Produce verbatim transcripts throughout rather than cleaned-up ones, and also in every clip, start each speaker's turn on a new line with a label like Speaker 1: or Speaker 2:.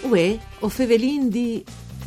Speaker 1: Uè, o Fevelin di...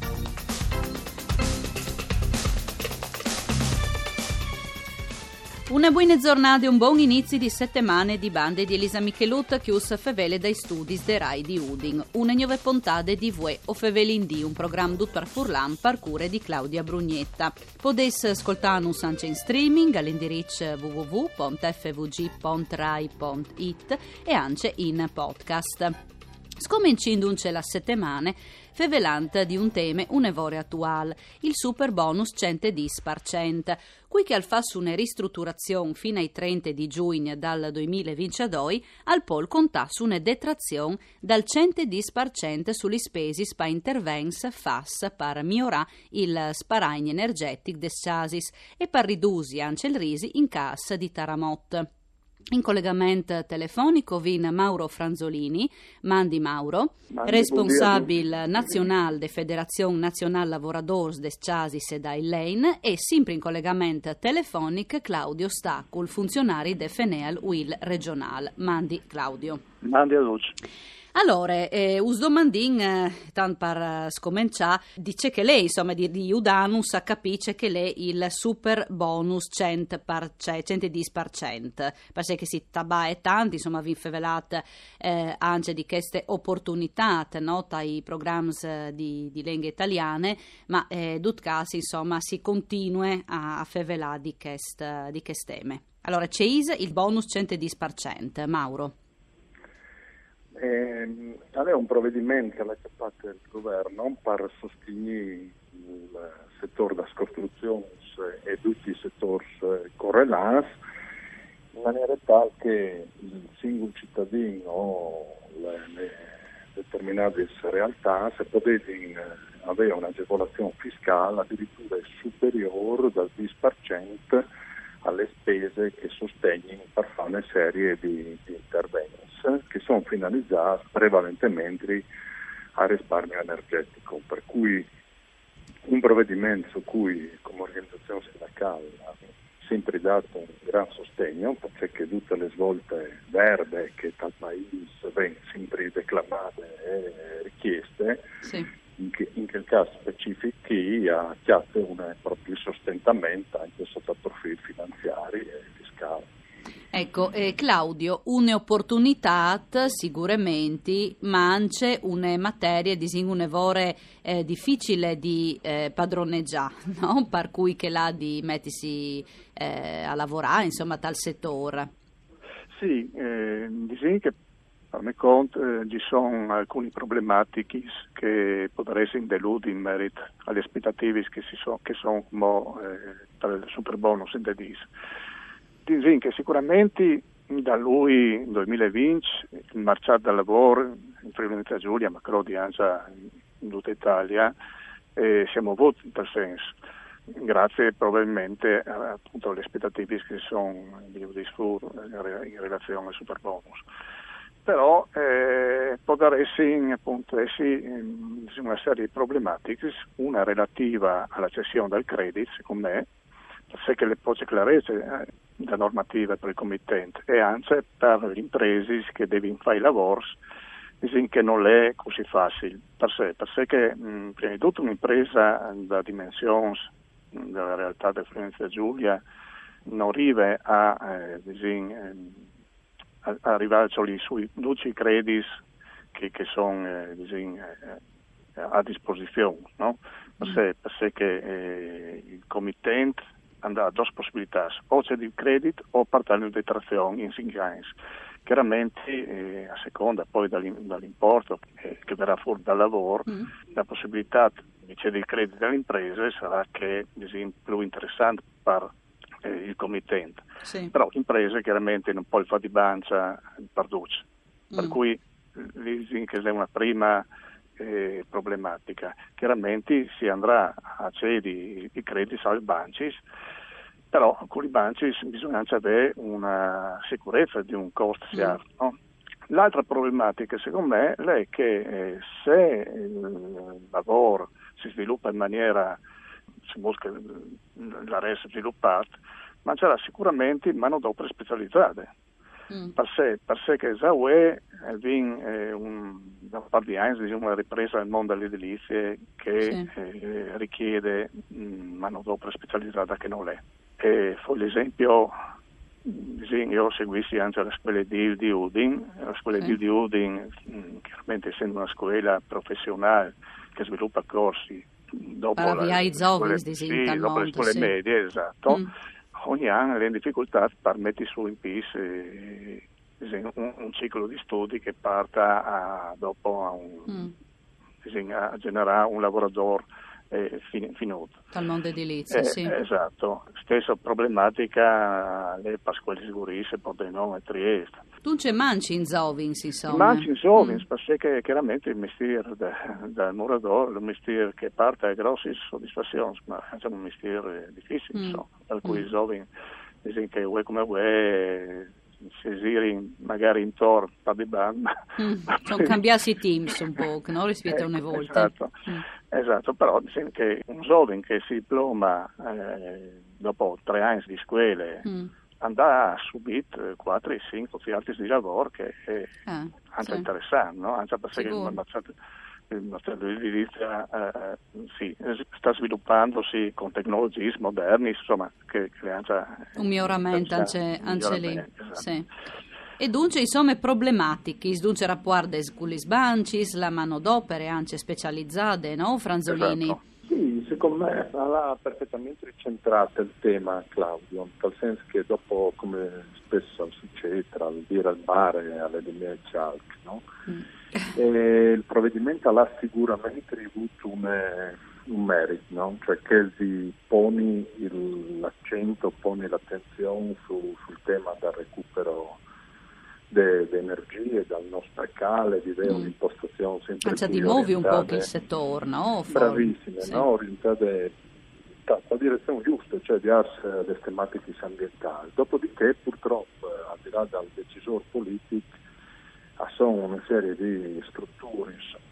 Speaker 2: Una buona giornata e un buon inizio di settimane di bande di Elisa Michelut che us fevele dai studi de Rai di Udin. Una nuova puntata di Vue o Fevelin di, un programma tutto per Furlan par cure di Claudia Brugnetta. Potete ascoltarnos anche in streaming all'indirizzo w w w punto f v g punto rai punto i t e anche in podcast. Scominciando la settimana, fevelant di un tema un'evore attuale, il super bonus cento dieci per cento, qui che al fa su una ristrutturazione fino ai trenta di giugno dal duemilaventidue, al pol contà su una detrazione dal cento dieci per cento sulle spese spa intervents fas per migliorare il sparagno energetico des chasis e per ridurre anche il risi in cassa di Taramot. In collegamento telefonico vin Mauro Franzolini, Mandi Mauro,
Speaker 3: Mandi,
Speaker 2: responsabile nazionale de Federazione Nazionale Lavoradors des Chasis e dai Lane, e sempre in collegamento telefonico Claudio Stacul, funzionari de Feneal U I L regionale. Mandi Claudio.
Speaker 3: Mandi a luce.
Speaker 2: Allora, eh, us domandin, eh, tanto per uh, scominciare, dice che lei, insomma, di, di Udanus capisce che lei il super bonus cento per cento, cento dieci per cento, perché che si tabà e tanti, insomma, vi fevelate eh, anche di queste opportunità, no, dai programmi di, di lingue italiane, ma eh, in tutti casi, insomma, si continua a, a fevelare di queste di teme. Allora, c'è il bonus cento dieci per cento, Mauro.
Speaker 3: Eh, è un provvedimento che ha fatto il governo per sostenere il settore della costruzione e tutti i settori correlati in maniera tale che il singolo cittadino o le, le determinate realtà se potete avere un'agevolazione fiscale addirittura superiore del dieci per cento alle spese che sostengono per fare una serie di, di interventi che sono finalizzati prevalentemente al risparmio energetico, per cui un provvedimento su cui come organizzazione sindacale ha sempre dato un gran sostegno, perché tutte le svolte verde che dal paese vengono sempre declamate e richieste, sì. in, che, in quel caso specifico chi ha chiesto un proprio sostentamento anche sotto il profilo finanziario e fiscale.
Speaker 2: Ecco, eh, Claudio, un'opportunità sicuramente, ma anche una materia di un'evore eh, difficile di eh, padroneggiare, no? Per cui che là di mettersi eh, a lavorare, insomma, tal settore.
Speaker 3: Sì, eh, disegno che a me conto eh, ci sono alcune problematiche che potrebbero essere deludere in merito alle aspettative che, si so, che sono mo, eh, per il super bonus in dedis. Disegno che sicuramente da lui nel duemilaventi il mercato del lavoro in Friuli-Venezia Giulia, ma credo di anche in tutta Italia, eh, siamo avuti in tal senso, grazie probabilmente a, appunto alle aspettative che sono di in relazione al super bonus. Però eh, può essere appunto essere una serie di problematiche, una relativa alla cessione del credito, secondo me, perché le poche chiarezze la normativa per il committente e anche per le imprese che devono fare i lavori, che non è così facile per sé, perché mh, prima di tutto un'impresa da dimensioni della realtà del Friuli-Venezia Giulia non arriva a, eh, disin, a, a arrivare sui dodici crediti che, che sono eh, disin, eh, a disposizione, no? Perché, perché eh, il committente ha due possibilità, o c'è di credito o partire di detrazione in single. Chiaramente eh, a seconda poi dall'importo che, che verrà fuori dal lavoro, mm. la possibilità di cedere il credito alle imprese sarà che è più interessante per eh, il committente. Sì. Però l'impresa chiaramente non può fare di bancia per duce, mm. per cui leasing che è una prima eh, problematica. Chiaramente si andrà a cedere i crediti alle banche, però alcuni banchi bisogna anche avere una sicurezza di un costo chiaro. Mm. No? L'altra problematica secondo me è che eh, se il lavoro si sviluppa in maniera, si busca la resa sviluppata, ma c'era sicuramente manodopere specializzate. Mm. Per sé, per sé che già è eh, un da parte di Heinz, diciamo, una ripresa del mondo delle edilizie che sì. eh, richiede mh, manodopera specializzata che non è. E fu l'esempio, io seguissi anche la scuola di, di Udine, la scuola sì. di Udine, mh, chiaramente essendo una scuola professionale che sviluppa corsi dopo
Speaker 2: la,
Speaker 3: la,
Speaker 2: le scuole, sì, dopo
Speaker 3: le scuole
Speaker 2: sì.
Speaker 3: medie, esatto, mm. ogni anno le difficoltà per mettere su in P I S eh, un, un ciclo di studi che parta a, dopo a, un, mm. a generare un lavoratore eh, fin, finito.
Speaker 2: Dal mondo edilizio,
Speaker 3: eh,
Speaker 2: sì.
Speaker 3: Esatto. Stessa problematica le Pasquali Siguris e Pordenone e Trieste.
Speaker 2: Tu c'è manci in Zovins, insomma.
Speaker 3: Manci in Zovins, mm. perché chiaramente il mestiere del da muratore, il mestiere che parte a grosse soddisfazioni, ma è un mestiere difficile, mm. insomma, per cui mm. Zovins, dicono che vuoi come vuoi, si giri magari intorno a di band.
Speaker 2: Mm. Sono cambiati i teams un po', no? Rispetto a una volta.
Speaker 3: Esatto, mm. esatto, però diciamo che un Zovins che si diploma eh, dopo tre anni di scuole mm. andrà a subire quattro e cinque fiati di lavoro che è ah, anche sì. interessante, no? Anche perché il nostro edilizia eh, sì, sta sviluppandosi con tecnologie moderni, insomma, che crea
Speaker 2: un miglioramento anche, anche lì. Esatto. Sì. E dunque, insomma, problematiche, dunque rapporti con le sbanci, la manodopera anche specializzate, no, Franzolini?
Speaker 4: Esatto. Sì, secondo me ha perfettamente ricentrato il tema, Claudio, nel senso che dopo, come spesso succede, tra il dire al mare e alle mie cialche, no? Mm. E il provvedimento ha sicuramente avuto un, un merito, no? Cioè che si pone il, l'accento, pone l'attenzione su, sul tema del recupero di energie, dal non sprecare, di avere mm. un'impostazione sempre
Speaker 2: Anzi,
Speaker 4: più
Speaker 2: di muovi un po' il settore, no?
Speaker 4: Bravissime,
Speaker 2: sì.
Speaker 4: no? Orientate la direzione giusta, cioè di arse alle tematiche ambientali. Dopodiché, purtroppo, al di là del decisore politico, sono una serie di strutture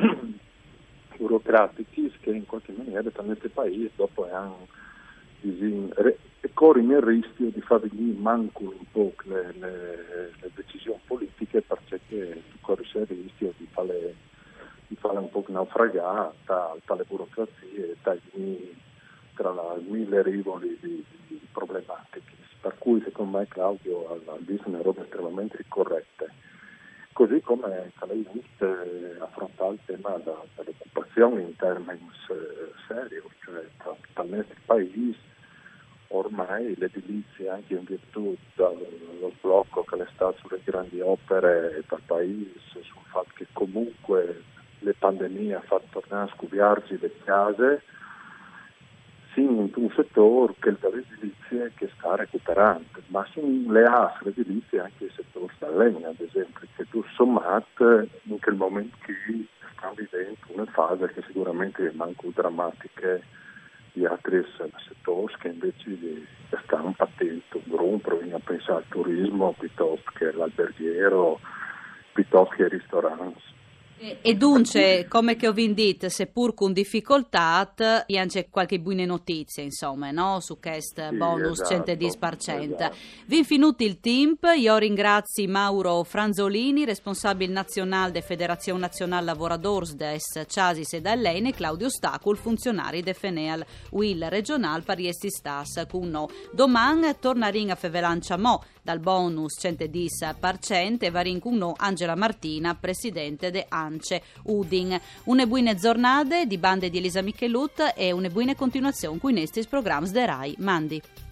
Speaker 4: burocratiche che in qualche maniera in questo paese dopo hanno corrono il rischio di far venire manco un po' le, le, le decisioni politiche perché corre il rischio di farle, di farle un po' naufragare tra, tra le burocrazie, tra, i, tra la mille rivoli di, di problematiche. Per cui secondo me Claudio ha visto una roba estremamente corretta. Così come lei eh, affrontare il tema della, dell'occupazione in termini eh, seri, cioè nel nostro paese ormai l'edilizia, anche in virtù dello sblocco che è stato sulle grandi opere per il paese, sul fatto che comunque le pandemie hanno fatto tornare a scubiarsi le case, in un settore che è l'edilizia che sta recuperando, ma sono le altre edilizie anche il settore della legna, ad esempio, che tu sommate in quel momento che sta vivendo una fase che sicuramente è manco drammatica di altri settori che invece stanno patendo un gruppo, proviamo a pensare al turismo piuttosto che all'alberghiero, piuttosto che ai ristoranti.
Speaker 2: E, e dunque, come che ho detto, seppur con difficoltà, c'è qualche buona notizia, insomma, no? Su questo
Speaker 4: sì,
Speaker 2: bonus
Speaker 4: esatto,
Speaker 2: centodieci per cento.
Speaker 4: Esatto.
Speaker 2: Vi finito il team, io ringrazio Mauro Franzolini, responsabile nazionale della Federazione Nazionale Lavoradores des Chasis e dall'E N E, Claudio Stacul, funzionari de Feneal Will Regional Pariesti Stas con no. Domani torneremo a Fevelancia Mo dal bonus centodieci per cento e varin con no Angela Martina, presidente de Ance Udin. Une buone giornate di bande di Elisa Michelut e une buone continuazione con i nostri programmi de Rai Mandi.